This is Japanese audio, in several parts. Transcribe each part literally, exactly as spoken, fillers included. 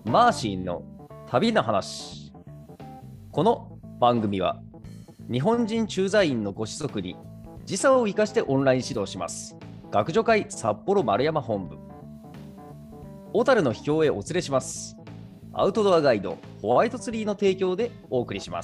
マーシーの旅の話。この番組は日本人駐在員のご子息に時差を生かしてオンライン指導します学女会札幌丸山本部、小樽の秘境へお連れしますアウトドアガイドホワイトツリーの提供でお送りします。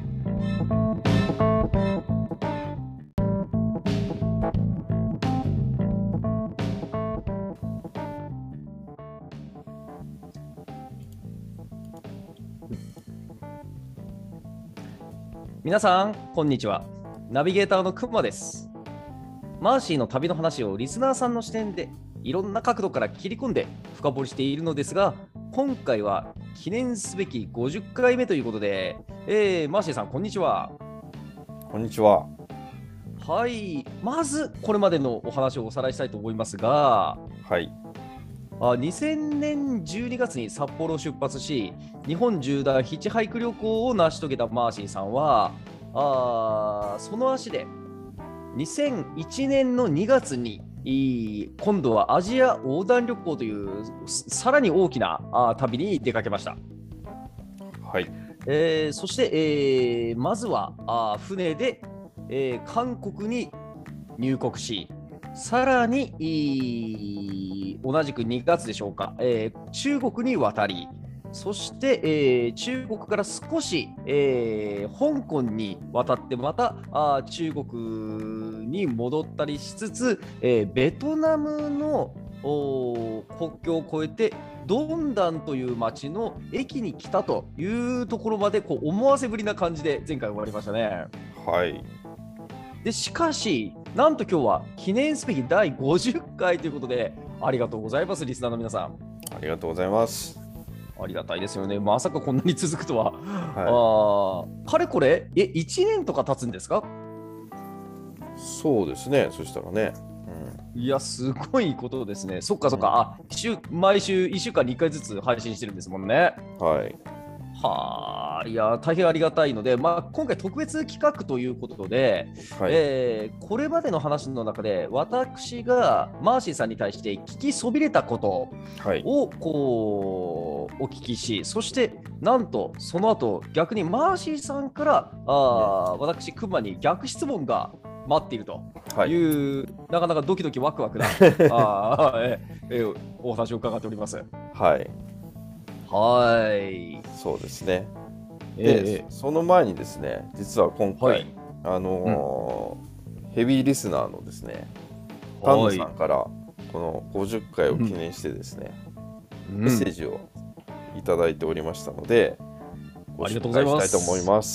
皆さんこんにちは。ナビゲーターのくまです。マーシーの旅の話をリスナーさんの視点でいろんな角度から切り込んで深掘りしているのですが、今回は記念すべきごじゅっかいめということで、えー、マーシーさんこんにちは。 こんにちは。 はい、まずこれまでのお話をおさらいしたいと思いますが、 はい。 あにせんねんじゅうにがつに札幌を出発し、日本縦断ヒッチハイク旅行を成し遂げたマーシーさんは、あその足でにせんいちねんのにがつに今度はアジア横断旅行というさらに大きなあ旅に出かけました。 はい。 えー、そして、えー、まずはあ船で、えー、韓国に入国し、さらに同じくにがつでしょうか、えー、中国に渡り、そして、えー、中国から少し、えー、香港に渡ってまたあ中国に戻ったりしつつ、えー、ベトナムの国境を越えてドンダンという町の駅に来たというところまでこう思わせぶりな感じで前回終わりましたね。 はい。 でしかしなんと今日は記念すべきだいごじゅっかいということで、ありがとうございます。リスナーの皆さんありがとうございます。 ありがたいですよね。まさかこんなに続くとは、 はあかれこれえいちねんとか経つんですか？ そうですね。そしたらね、 うん、いやすごいことですね。そっかそっか、うん、あ週毎週いっしゅうかんにいっかいずつ配信してるんですもんね。 はいはあ、いや大変ありがたいので、まあ、今回特別企画ということで、はい、えー、これまでの話の中で私がマーシーさんに対して聞きそびれたことをこうお聞きし、そしてなんとその後逆にマーシーさんからあ、ね、私クマに逆質問が待っているという、はい、なかなかドキドキワクワクなあ、えー、お話を伺っております。 はいはい、 そうですね。で、えー、その前にですね、実は今回、はい、あのーうん、ヘビーリスナーのですね、丹野さんからこのごじゅっかいを記念してですね、うん、メッセージをいただいておりましたので、ご紹介したいと思います。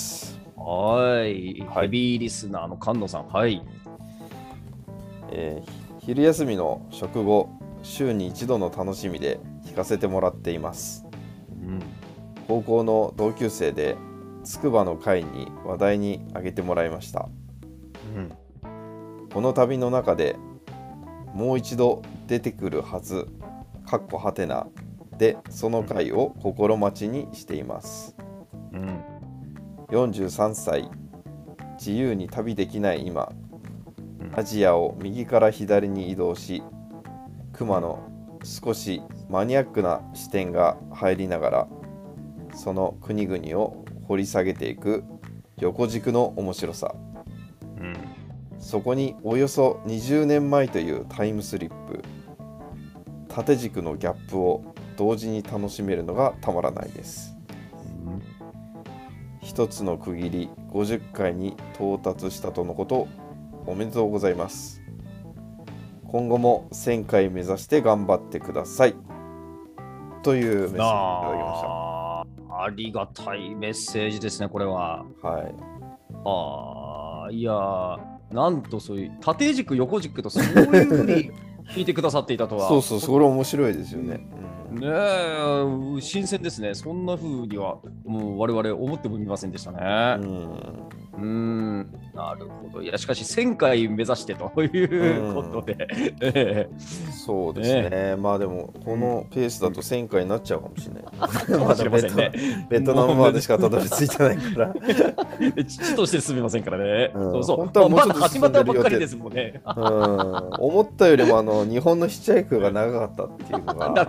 はい、はい、ヘビーリスナーの菅野さん、はい、 えー、昼休みの食後、週に一度の楽しみで聞かせてもらっています。うん、高校の同級生で筑波の会に話題に挙げてもらいました。うん、この旅の中でもう一度出てくるはず、かっこはてなでその会を心待ちにしています。うん、よんじゅうさんさい、自由に旅できない今、アジアを右から左に移動し、熊の少しマニアックな視点が入りながらその国々を掘り下げていく横軸の面白さ、うん、そこにおよそにじゅうねんまえというタイムスリップ、縦軸のギャップを同時に楽しめるのがたまらないです。うん、一つの区切りごじゅっかいに到達したとのこと、おめでとうございます。今後もせんかい目指して頑張ってくださいというメッセージをいただきました。 あ, ありがたいメッセージですね、これは。 はい。 あいやなんとそういう縦軸横軸とそういうふうに聞いてくださっていたとは。 そうそう、それ面白いですよね。 うん、ねえ、新鮮ですね。そんなふうにはもう我々思ってもみませんでしたね。うんうーんなるほど。いやしかしせんかい目指してということで、えー、そうですね、えー、まあでもこのペースだとせんかいになっちゃうかもしれない。 まだベト、ね、 ベトナムまでしかたどり着いてないから父として進みませんからね。 うん、 そうそう、 本当はもうちょっと始まったばっかりですもんね。 うん、思ったよりもあの日本のヒッチハイクが長かったっていうのが長かったです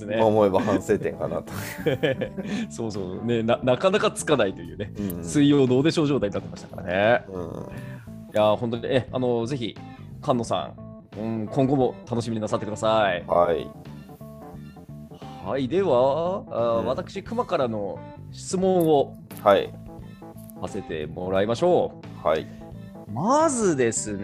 ですね。 今思えば反省点かなと。 そうそうねな、なかなかつかないというね、 うん水曜どうでしょう状態になってましたからね。 うん、 いやー、本当に、え、あの、ぜひ、菅野さん、うん、今後も楽しみになさってください。 はい。 はい、では、あーうん私、熊からの質問をはい。 させてもらいましょはい。 う。まずですね、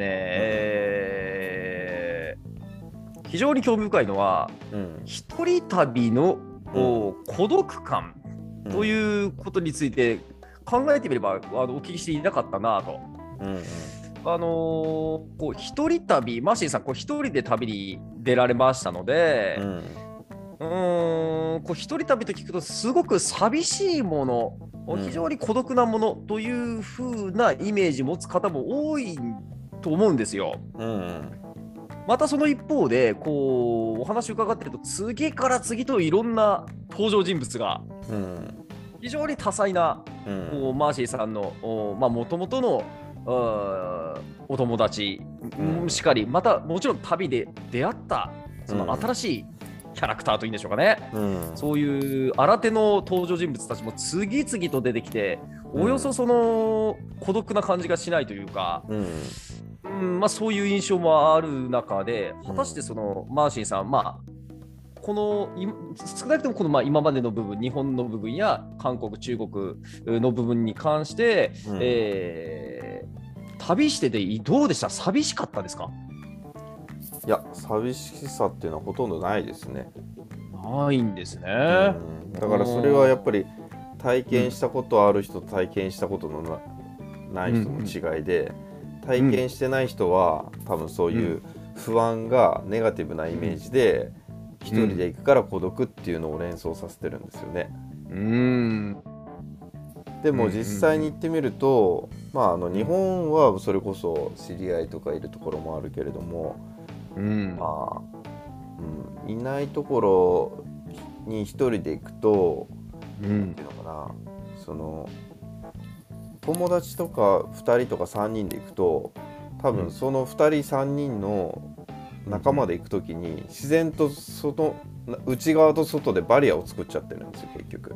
えー非常に興味深いのは、 うん。 一人旅の、こう孤独感とういうことについて考えてみれば、あのお聞きしていなかったなと。 ん。うん。 あのーこう一人旅、マーシーさん、こう一人で旅に出られましたので、 うん。 うーん、こう一人旅と聞くと、すごく寂しいもの、 うん非常に孤独なものという風なイメージ持つ方も多いと思うんですよ。 うん。 またその一方で、こうお話伺ってると、次から次といろんな登場人物がうん。 非常に多彩な、 うん。 こうマーシーさんのもともとのあーお友達うんしかり、またもちろん旅で出会ったその新しいキャラクターというんでしょうかね、 うん。 そういう新手の登場人物たちも次々と出てきて、およそその孤独な感じがしないというか、 うん。 うんまあ、そういう印象もある中で、果たしてそのマーシーさん、まあ、このい少なくともこのまあ今までの部分、日本の部分や韓国、中国の部分に関して、 うんえー旅しててどうでした？寂しかったですか？ いや、寂しさっていうのはほとんどないですね。 ないんですね。 うん、だからそれはやっぱり体験したことある人と体験したことのなない人の違いで、体験してない人は多分そういう不安がネガティブなイメージで一人で行くから孤独っていうのを連想させてるんですよね。 うんでも実際に行ってみると、まあ、あの日本はそれこそ知り合いとかいるところもあるけれども、 うんまあうん、いないところに一人で行くと、 うんなんていうのかな、その友達とかふたりとかさんにんで行くと多分そのふたりさんにんの仲間で行くときに自然と外内側と外でバリアを作っちゃってるんですよ結局。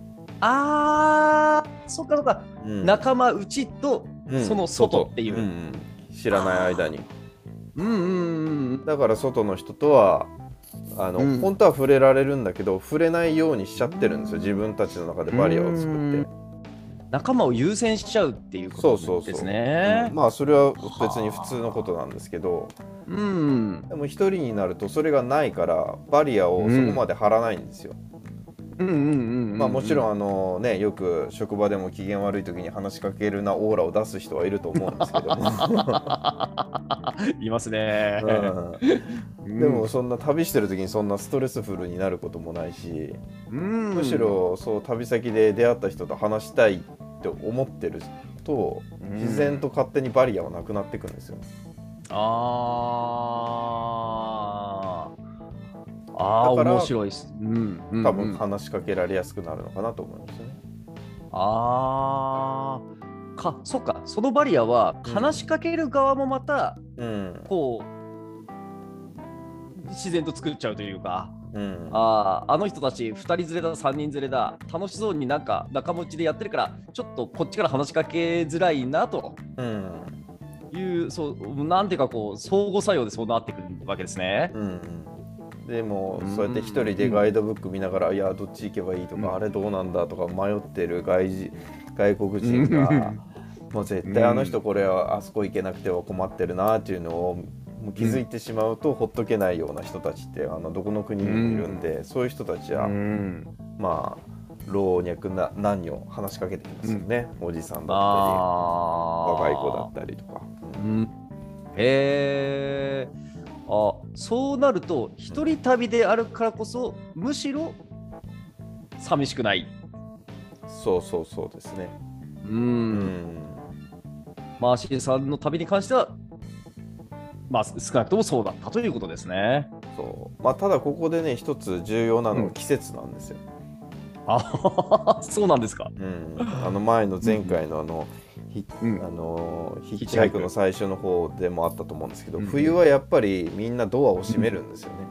あー、そっかそっか、 うん、 仲間内とうんその外っていう。 うんうん、知らない間に。 うんうんうんだから外の人とはあの、 うん本当は触れられるんだけど触れないようにしちゃってるんですよ自分たちの中でバリアを作って。 仲間を優先しちゃうっていうことそうそうそうですね。 うんまあそれは別に普通のことなんですけど、 うんでも一人になるとそれがないからバリアをそこまで張らないんですよ。 うんうんうんうんまあもちろんんあのねよく職場でも機嫌悪い時に話しかけるなオーラを出す人はいると思うんですけどもいますね。 うん、でもそんな旅してる時にそんなストレスフルになることもないし、 うんむしろそう旅先で出会った人と話したいって思ってるとうん自然と勝手にバリアはなくなっていくんですよ。 あーあーだから面白いです。うんうんうん多分話しかけられやすくなるのかなと思いますね。 あーかそっか、そのバリアはうん話しかける側もまたうんこう自然と作っちゃうというか、 うんあああの人たちふたり連れださんにん連れだ、楽しそうになんか仲間内でやってるからちょっとこっちから話しかけづらいなとうんいうそうなんていうかこう相互作用でそうなってくるわけですね。 うんでもうんそうやって一人でガイドブック見ながら、いやどっち行けばいいとか、 うんあれどうなんだとか迷ってる外人外国人が、もう絶対あの人これはあそこ行けなくては困ってるなっていうのをもう気づいてしまうと、ほっとけないような人たちってあのどこの国にもいるんで、そういう人たちは、 うんまあ老若な男女話しかけてきますよね、おじさんだったりあ若い子だったりとか。 うんへえあそうなると一人旅であるからこそむしろ寂しくない。 そうそうそうですね。 ううんんマーシーさんの旅に関してはまあ少なくともそうだったということですね。 そうまあ、ただここでね一つ重要なのうんは季節なんですよ。 あそうなんですか。 うん、あの前の前回のあの、ひうんあのヒッヒッチハイクチハイクの最初の方でもあったと思うんですけど、 うん冬はやっぱりみんなドアを閉めるんですよね。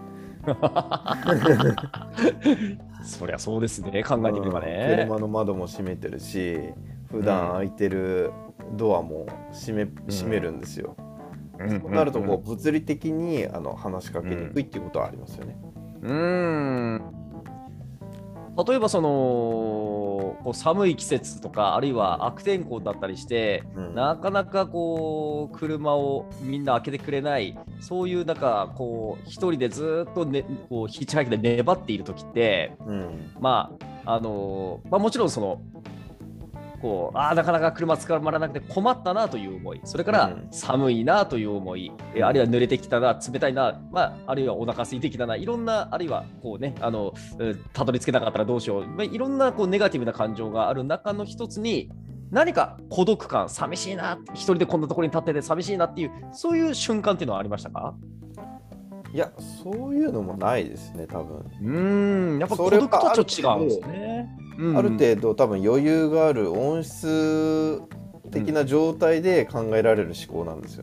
そりゃそうですね、考えてみればうんね。 車の窓も閉めてるし、普段開いてるドアも閉め、閉めるんですよ。そうなるとこう物理的にあの話しかけにくいっていうことはありますよね。 うーん。例えばそのこう寒い季節とかあるいは悪天候だったりして、 うん、 なかなかこう車をみんな開けてくれない、そういうなんかこう一人でずっと、ね、こうヒッチハイクで粘っている時って、 うん、 まああのまあ、もちろんそのこうあなかなか車捕まらなくて困ったなという思い、それから寒いなという思い、うん、あるいは濡れてきたな、冷たいな、まあ、あるいはお腹空いてきたな、いろんな、あるいはこう、ね、あのたどり着けなかったらどうしよう、まあ、いろんなこうネガティブな感情がある中の一つに、何か孤独感、寂しいな、一人でこんなところに立ってて寂しいなっていう、そういう瞬間っていうのはありましたか？ いや、そういうのもないですね、多分。 うーん、やっぱ孤独とはちょっと違うんですね。 ある程度多分余裕がある温室的な状態で考えられる思考なんですよ。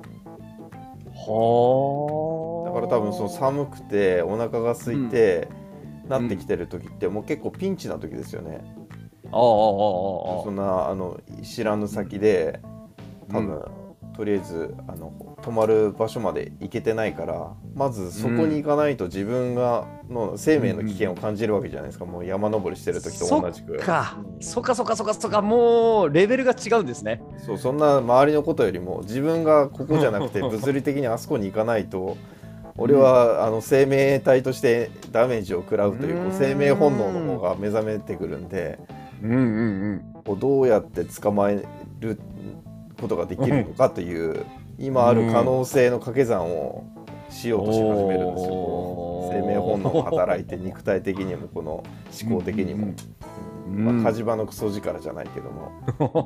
はあ。 だから多分その寒くてお腹が空いて、うん、なってきてる時ってもう結構ピンチな時ですよね。 ああああああ。 そんなあの知らぬ先で多分、うん、とりあえずあの泊まる場所まで行けてないから、まずそこに行かないと自分がの生命の危険を感じるわけじゃないですか、うん、もう山登りしてる時と同じく。 そっか、うん、そっかそっかそっかそっか、もうレベルが違うんですね。 そう、そんな周りのことよりも自分がここじゃなくて物理的にあそこに行かないと俺はあの生命体としてダメージを食らうという、こう生命本能の方が目覚めてくるんで、うんうんうん、こうどうやって捕まえることができるのかという今ある可能性の掛け算をしようとし始めるんですよ。生命本能が働いて肉体的にもこの思考的にも、まあ、火事場のクソ力じゃないけども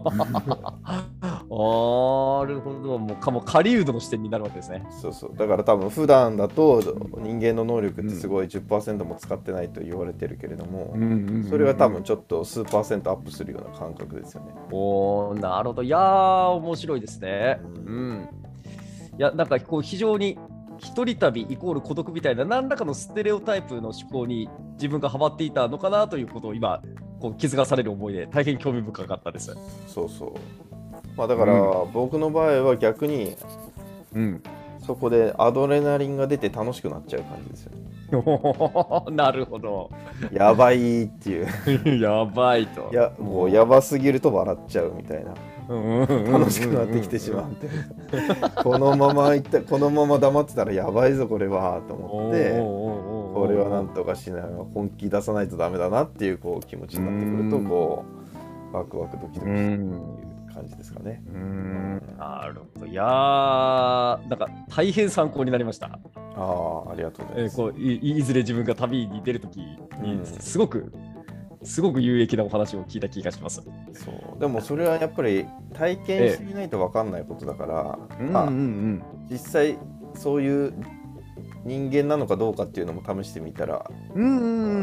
あ、なるほど、もうかも狩人の視点になるわけですね。 そうそう、だから多分普段だと人間の能力ってすごい じゅっパーセント も使ってないと言われてるけれども、それが多分ちょっと数パーセントアップするような感覚ですよね。 おー、なるほど。いやー面白いですね。うん、うん、いやなんかこう非常に一人旅イコール孤独みたいな何らかのステレオタイプの思考に自分がハマっていたのかなということを今こう気づかされる思いで大変興味深かったです。 そうそう、まあ、だから、うん、僕の場合は逆に、うん、そこでアドレナリンが出て楽しくなっちゃう感じですよね。 なるほど。 やばいっていうやばいと。 いやもうやばすぎると笑っちゃうみたいな。楽しくなってきてしまってこのままいったこのまま黙ってたらやばいぞこれはと思って、これはなんとかしない本気出さないとダメだなっていうこう気持ちになってくるとこうワクワクドキドキっていう感じですかね。 うーん、なるほど。いやーなんか大変参考になりました。 ああ、ありがとうございます。 えー、こう い, いずれ自分が旅に出るときにすごく、うんすごく有益なお話を聞いた気がします。 そうでもそれはやっぱり体験してみないと分かんないことだから、ええまあうんうんうん、実際そういう人間なのかどうかっていうのも試してみたら、うんうんうん、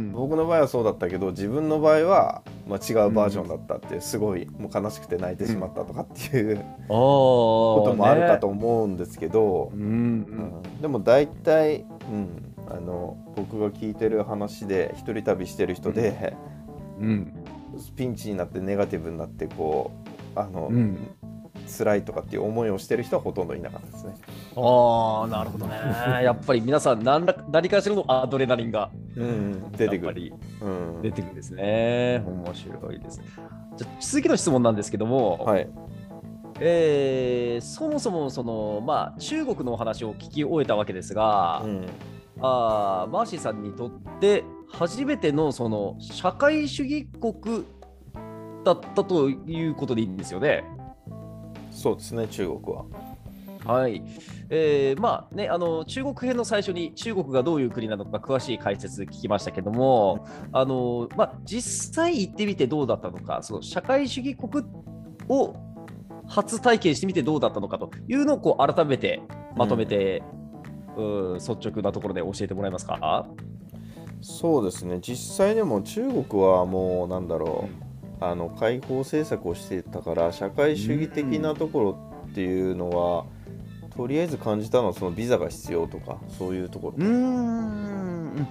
僕の場合はそうだったけど自分の場合は、まあ、違うバージョンだったって、すごいもう悲しくて泣いてしまったとかっていう、うん、こともあるかと思うんですけど、ねうんうん、でも大体、うんあの僕が聞いてる話で一人旅してる人で、うん、ピンチになってネガティブになってこうあの、うん、辛いとかっていう思いをしてる人はほとんどいなかったですね。 ああ、なるほどね。やっぱり皆さん何ら何かしらのアドレナリンが、 うん、出てくる、 うん、出てくるんですね。面白いです。じゃ続きの質問なんですけども、はいえー、そもそもその、まあ、中国のお話を聞き終えたわけですが、うんあマーシーさんにとって初めてのその社会主義国だったということでいいんですよね。 そうですね、中国は。 はい、えー、まあねあの中国編の最初に中国がどういう国なのか詳しい解説聞きましたけども、あのまあ実際行ってみてどうだったのか、その社会主義国を初体験してみてどうだったのかというのをこう改めてまとめて、うん率直なところで教えてもらえますか？ そうですね、実際でも中国はもうなんだろう、うん、あの開放政策をしてたから社会主義的なところっていうのは、うん、 とりあえず感じたのはそのビザが必要とかそういうところ。 うーん。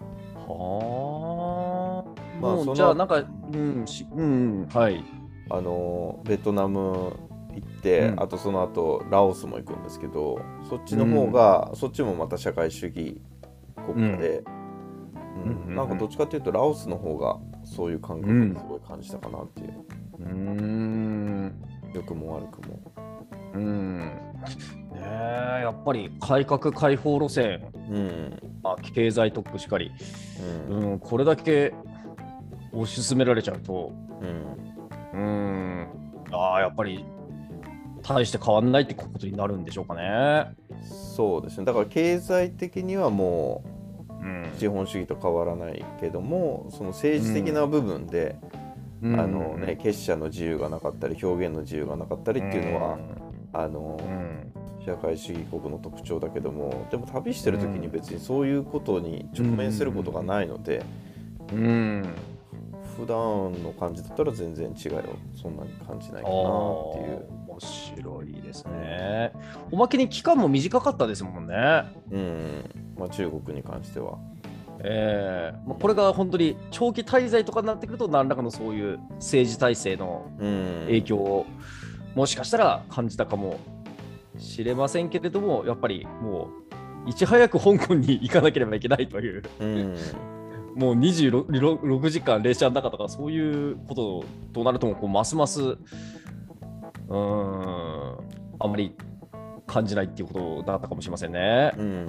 はあ。 まあそのもうじゃあなんか、うんし、うん、はい。 あのベトナム行って、 うんあとその後ラオスも行くんですけど、そっちの方が、そっちもまた社会主義国家で、うんうんなんかどっちかっていうとラオスの方がそういう感覚をすごい感じたかなっていう、 うーん。 良くも悪くも。 うん。ねえ、やっぱり改革開放路線、 うんまあ、経済特区しかり、 うんうん、これだけ推し進められちゃうと、 うんうん、ああ、やっぱり大して変わんないってことになるんでしょうかね。 そうですね。だから経済的にはもうう資本主義と変わらないけども、その政治的な部分で、 ん、 あのね、結社の自由がなかったり表現の自由がなかったりっていうのは、あのうん、 社会主義国の特徴だけども、でも旅してる時に別にそういうことに直面することがないので、 うん、 普段の感じだったら全然違いをそんなに感じないかなっていう。 面白いですね。おまけに期間も短かったですもんね。 うん、まあ、中国に関しては。 えーまあ、これが本当に長期滞在とかになってくると何らかのそういう政治体制の影響をもしかしたら感じたかもしれませんけれども、やっぱりもういち早く香港に行かなければいけないという、 うん、 もうにじゅうろくじかん列車の中とかそういうこととなるともこうますますうーんあまり感じないっていうことだったかもしれませんね。 うん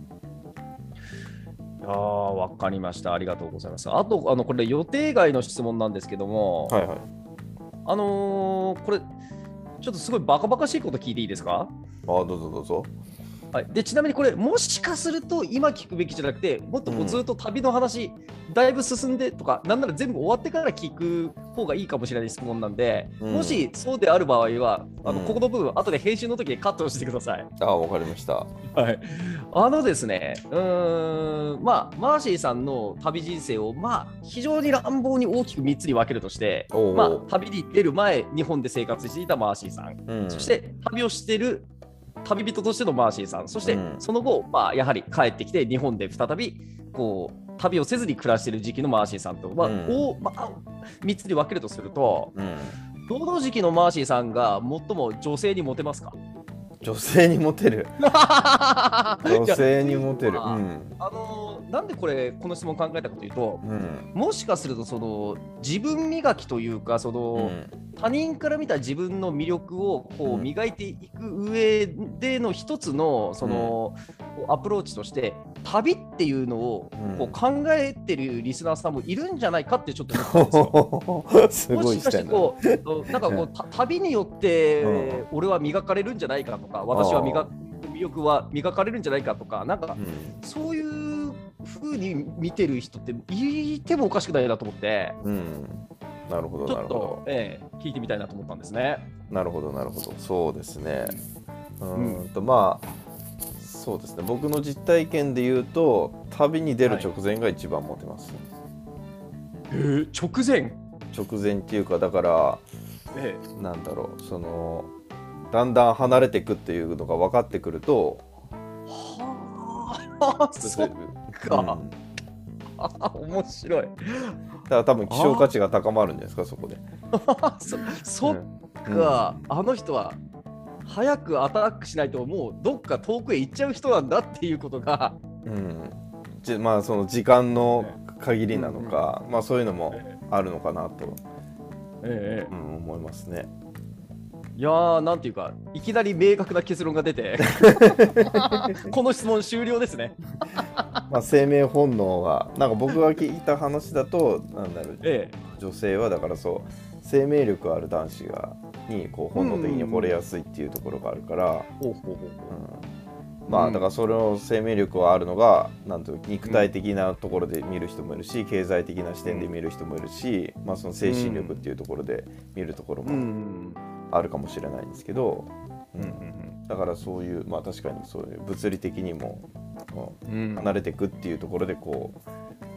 ああ、わかりました。ありがとうございます。あと、あのこれ予定外の質問なんですけども、 はいはい。 あのーこれ、ちょっとすごいバカバカしいこと聞いていいですか？ ああ、どうぞどうぞ。 はい、でちなみにこれ、もしかすると今聞くべきじゃなくて、もっとこううんずっと旅の話、だいぶ進んでとか、なんなら全部終わってから聞く方がいいかもしれない質問なんで、 うんもしそうである場合は、あのうんここの部分、後で編集の時にカットしてください。 ああ、わかりました。 はい、あのですね、うーん、まあ、マーシーさんの旅人生を、まあ、非常に乱暴に大きくみっつに分けるとして、 おうまあ、旅に出る前、日本で生活していたマーシーさん、 うん、 そして旅をしている旅人としてのマーシーさん、そしてうんその後、まあ、やはり帰ってきて、日本で再びこう旅をせずに暮らしている時期のマーシーさんと、まあうんおまあ、みっつに分けるとすると、 うん、 どの時期のマーシーさんが最も女性にモテますか？ 女性にモテる。女性にモテる。 いやうんあのなんでこれこの質問を考えたかというと、 うんもしかするとその自分磨きというか、その、 うん他人から見た自分の魅力をこううん磨いていく上での一つのその、こうアプローチとして旅っていうのをうんこう考えてるリスナーさんもいるんじゃないかってちょっと思ったんですよ。 すごいもしかして視点だ。 こうなんかこうた旅によってうん俺は磨かれるんじゃないかとか、私は磨魅力は磨かれるんじゃないかとか、なんかうんそういう風に見てる人っていてもおかしくないなと思って、 うんなるほどちょっとなるほど、 ええ聞いてみたいなと思ったんですね。 なるほどなるほど、そうですね。ううんーんとまあそうですね、僕の実体験で言うと旅に出る直前が一番モテます、 えー直前、 直前っていうか、だからえなんだろう、そのだんだん離れていくっていうのが分かってくると、 えはあ、そっか、 うんあ面白い。 だから多分希少価値が高まるんじゃないですか、そこで。 そそっか、あの人は早くアタックしないともうどっか遠くへ行っちゃう人なんだっていうことが、 うんじまあその時間の限りなのか、まあそういうのもあるのかなと、 ええうん、思いますね。 いやー、なんていうか、いきなり明確な結論が出て、この質問終了ですね。 まあ生命本能がなんか僕が聞いた話だと、なんだろう、 ええ女性はだからそう生命力ある男子がにこう本能的に惚れやすいっていうところがあるから、 ほうほうほうほううんまあだからそれの生命力はあるのがなんと肉体的なところで見る人もいるし、経済的な視点で見る人もいるし、まあその精神力っていうところで見るところうんうもんあるかもしれないんですけど、 うんうんだからそういうまあ確かにそういう物理的にもこうんう離れていくっていうところでこう、 う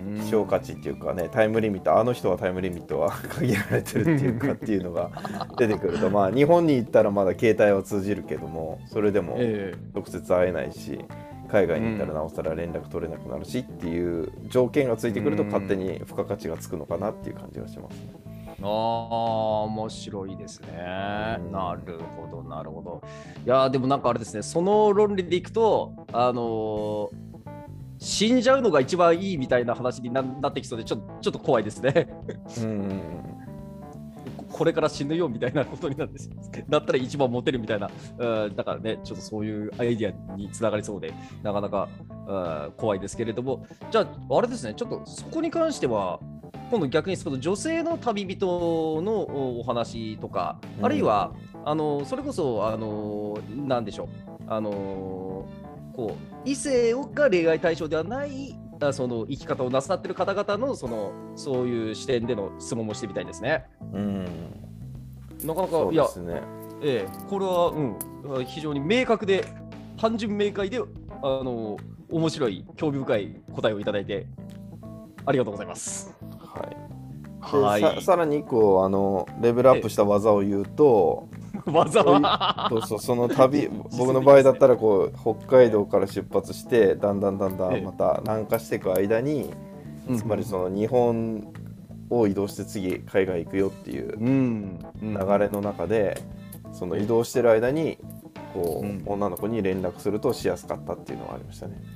希少価値っていうかね、タイムリミット、あの人はタイムリミットは限られてるっていうかっていうのが出てくると、まあ日本に行ったらまだ携帯は通じるけども、それでも直接会えないし、海外に行ったらなおさら連絡取れなくなるしっていう条件がついてくると、勝手に付加価値がつくのかなっていう感じがしますね。 ああ、面白いですね。なるほど、なるほど。いやー、でもなんかあれですね、その論理でいくと、あのー、死んじゃうのが一番いいみたいな話に な, なってきそうで、ちょちょっと怖いですね。うんこれから死ぬよみたいなことになるんですよ。だったら一番モテるみたいな、うん、だからね、ちょっとそういうアイディアにつながりそうで、なかなか、うん、怖いですけれども、じゃあ、あれですね、ちょっとそこに関しては、今度逆にその女性の旅人のお話とか、うん、あるいはあのそれこそあのなんでしょう、あのこう異性が恋愛対象ではないその生き方をなさっている方々のそのそういう視点での質問もしてみたいですね。うん、なかなかそうですね。いや、ええ、これは、うん、非常に明確で単純明快であの面白い興味深い答えをいただいてありがとうございます。 はい、はい、さ, さらにいっこあのレベルアップした技を言うと、 技はそうそうその旅僕の場合だったらこう北海道から出発してだんだんだんだんまた南下していく間に、つまりその日本を移動して次海外行くよっていう流れの中で、その移動してる間にこう女の子に連絡するとしやすかったっていうのはありましたね。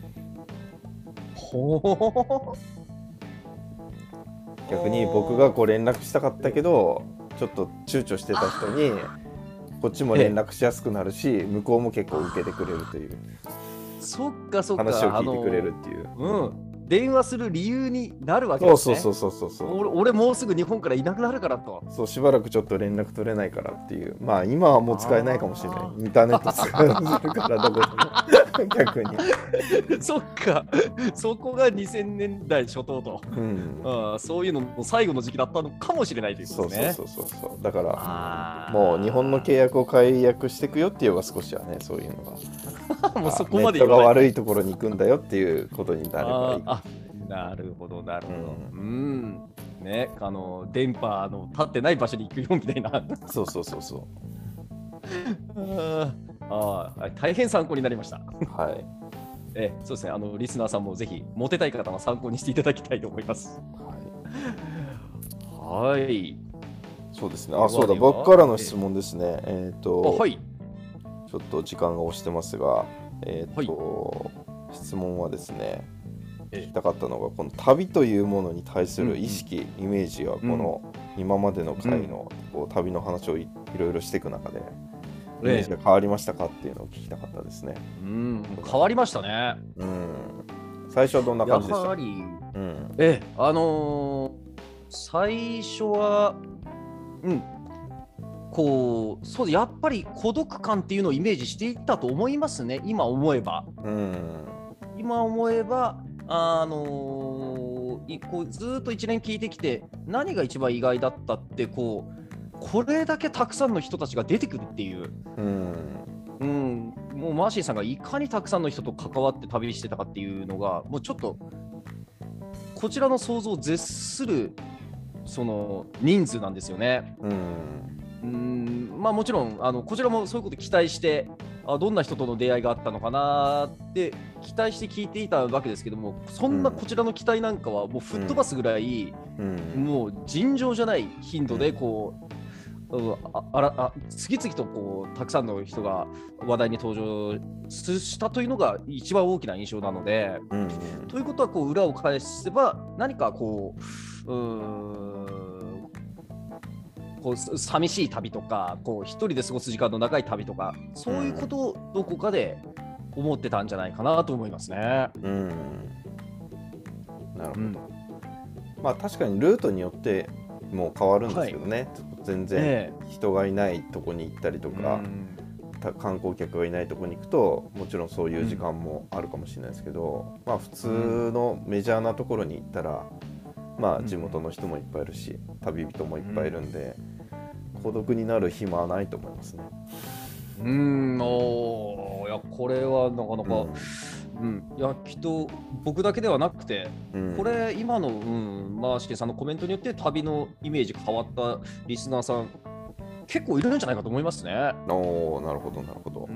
ほー逆に僕がこう連絡したかったけどちょっと躊躇してた人にこっちも連絡しやすくなるし、向こうも結構受けてくれるという、 そっかそっか、 話を聞いてくれるっていう、 うん、電話する理由になるわけですね。 そうそうそうそうそう、 俺、俺もうすぐ日本からいなくなるからと。 そう、しばらくちょっと連絡取れないからっていう、まあ今はもう使えないかもしれない、インターネット使えるからどこでも逆にそっか、そこがにせんねんだい初頭と、うん、あそういうのの最後の時期だったのかもしれないということですね。 そうそうそうそうだからもう日本の契約を解約していくよっていうのが少しはね、そういうのがもうそこまでネットが悪いところに行くんだよっていうことになればいい。 あなるほどなるほど、うん、うんね、あの電波の立ってない場所に行くよみたいなそうそうそうそうああ大変参考になりました。 はいえそうですね、あのリスナーさんもぜひモテたい方は参考にしていただきたいと思います。はい、はい、 そうですね。あ、そうだ、僕からの質問ですね。えっ、ー、と、 はい、 ちょっと時間が押してますが、えっ、ー、と、はい、質問はですね、聞きたかったのが、この旅というものに対する意識、うん、イメージはこの今までの回のこう旅の話を い, いろいろしていく中で、イメージが変わりましたかっていうのを聞きたかったですね。 うん、変わりましたね。 うん、最初はどんな感じでした？ やはり、うん、えあのー、最初は、うん、こうそうやっぱり孤独感っていうのをイメージしていったと思いますね。今思えば、うん、今思えばあのー、こうずっといちねん聞いてきて何が一番意外だったってこうこれだけたくさんの人たちが出てくるっていう、うんうん、もうマーシーさんがいかにたくさんの人と関わって旅してたかっていうのがもうちょっとこちらの想像を絶するその人数なんですよね。うんうんまあ、もちろんあのこちらもそういうこと期待してあどんな人との出会いがあったのかなって期待して聞いていたわけですけども、そんなこちらの期待なんかはもう吹っ飛ばすぐらい、うんうん、もう尋常じゃない頻度でこう、うん、ああらあ次々とこうたくさんの人が話題に登場したというのが一番大きな印象なので、うんうん、ということはこう裏を返せば何かこう、うーんこう寂しい旅とかこう一人で過ごす時間の長い旅とかそういうことをどこかで思ってたんじゃないかなと思いますね。うん、 なるほど、うん、まあ確かにルートによっても変わるんですけどね、はい、全然人がいないとこに行ったりとか、えー、観光客がいないとこに行くともちろんそういう時間もあるかもしれないですけど、うん、まあ普通のメジャーなところに行ったらまあ地元の人もいっぱいいるし旅人もいっぱいいるんで、うん、孤独になる暇はないと思いますね。 うーんおいやこれはなかなか、 うん、いやきっと僕だけではなくて、 うん、 これ今の、うん、マーシケさんのコメントによって旅のイメージ変わったリスナーさん結構いるんじゃないかと思いますね。 おー、なるほどなるほど、 うん、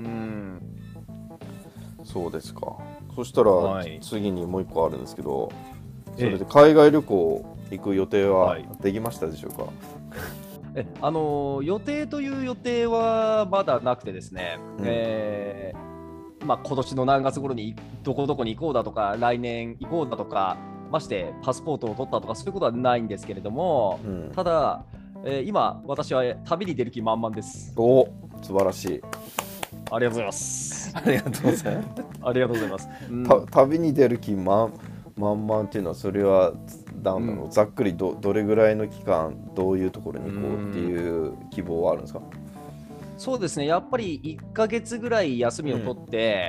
そうですか。そしたら、 はい、 次にもう一個あるんですけど、そええれで海外旅行行く予定ははいできましたでしょうか？ えあのー予定という予定はまだなくてですね、 うんえーまあ、今年の何月頃にどこどこに行こうだとか来年行こうだとかましてパスポートを取ったとかそういうことはないんですけれども、 うん、 ただ、えー今私は旅に出る気満々です。 お、素晴らしい。 ありがとうございますありがとうございます。 ありがとうございます、うんた旅に出る気満々っていうのは、それはなんだろう、 うんざっくり ど, どれぐらいの期間どういうところに行こうっていう希望はあるんですか？ そうですね、やっぱりいっかげつぐらい休みを取って、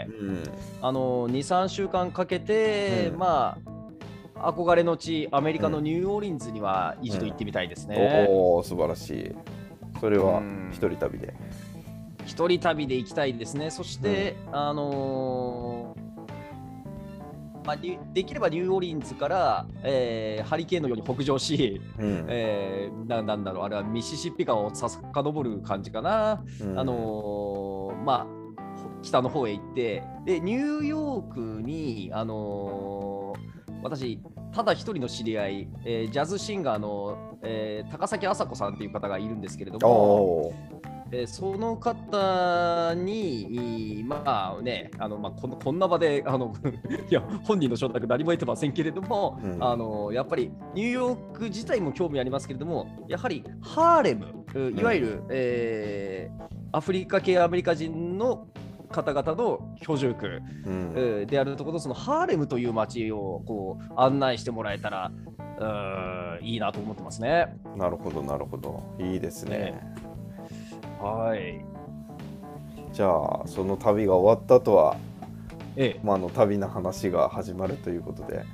うんあのに、さんしゅうかんかけて、 うんまあ憧れの地アメリカのニューオーリンズには一度行ってみたいですうん、 ね。 おお、素晴らしい。それはうん一人旅で。 一人旅で行きたいですね。そして、あのーまあ、にできればニューオーリンズから、えーハリケーンのように北上し、 うんえーな、なんだろう、あれはミシシッピ川をさかのぼる感じかな。 うんあのーまあ、北の方へ行って、で、ニューヨークに、あのー私、ただ一人の知り合い、えージャズシンガーの、えー高崎麻子さんという方がいるんですけれども、 おえーその方に、いまあね、あのまあ、このこんな場であのいや本人の承諾何も得てませんけれども、 うんあのやっぱりニューヨーク自体も興味ありますけれども、やはりハーレム、ういわゆる、えーアフリカ系アメリカ人の方々の居住区、 うんえーであるところ、そのハーレムという街をこう案内してもらえたらうーいいなと思ってますね。 なるほどなるほど、いいですね。 はい。 じゃあその旅が終わった後は、 ええまあ、あの旅の話が始まるということで、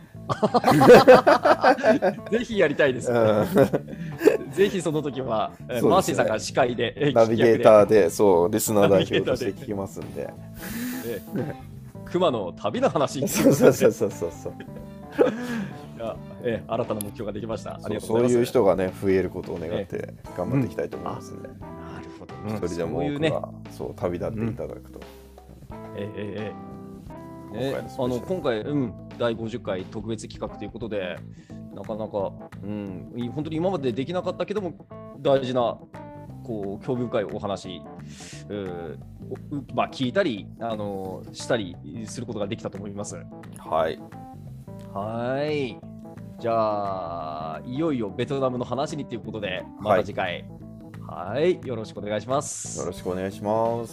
ぜひやりたいです。 うんぜひその時は、えーそうですねマーシーさんが司会で、えーナビゲーターで、 でそうリスナー代表として聞きますんで、 えー熊の旅の話そうそうそうそうそうそういやえー新たな目標ができました。あそうりがとうございます。 そういう人がね増えることを願って頑張っていきたいと思いますんで、 なるほど。 一人でもそういうね、 多くがそう旅立っていただくと、 えーえーえー今回のスペシャルあの今回、うん、だいごじゅっかい特別企画ということで、なかなか、うん、い本当に今までできなかったけども、大事な、こう興味深いお話、うーおうまあ、聞いたり、あのしたりすることができたと思います。 はいはい。じゃあ、いよいよベトナムの話にということで、また次回、はい、よろしくお願いします。 よろしくお願いします。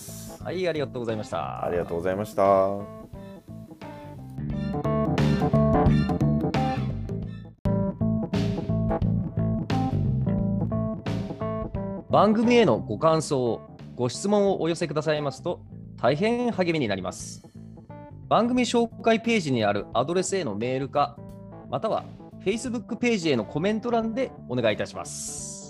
はい、ありがとうございました。 ありがとうございました。 番組へのご感想、ご質問をお寄せくださいますと大変励みになります。番組紹介ページにあるアドレスへのメールか、または Facebook ページへのコメント欄でお願いいたします。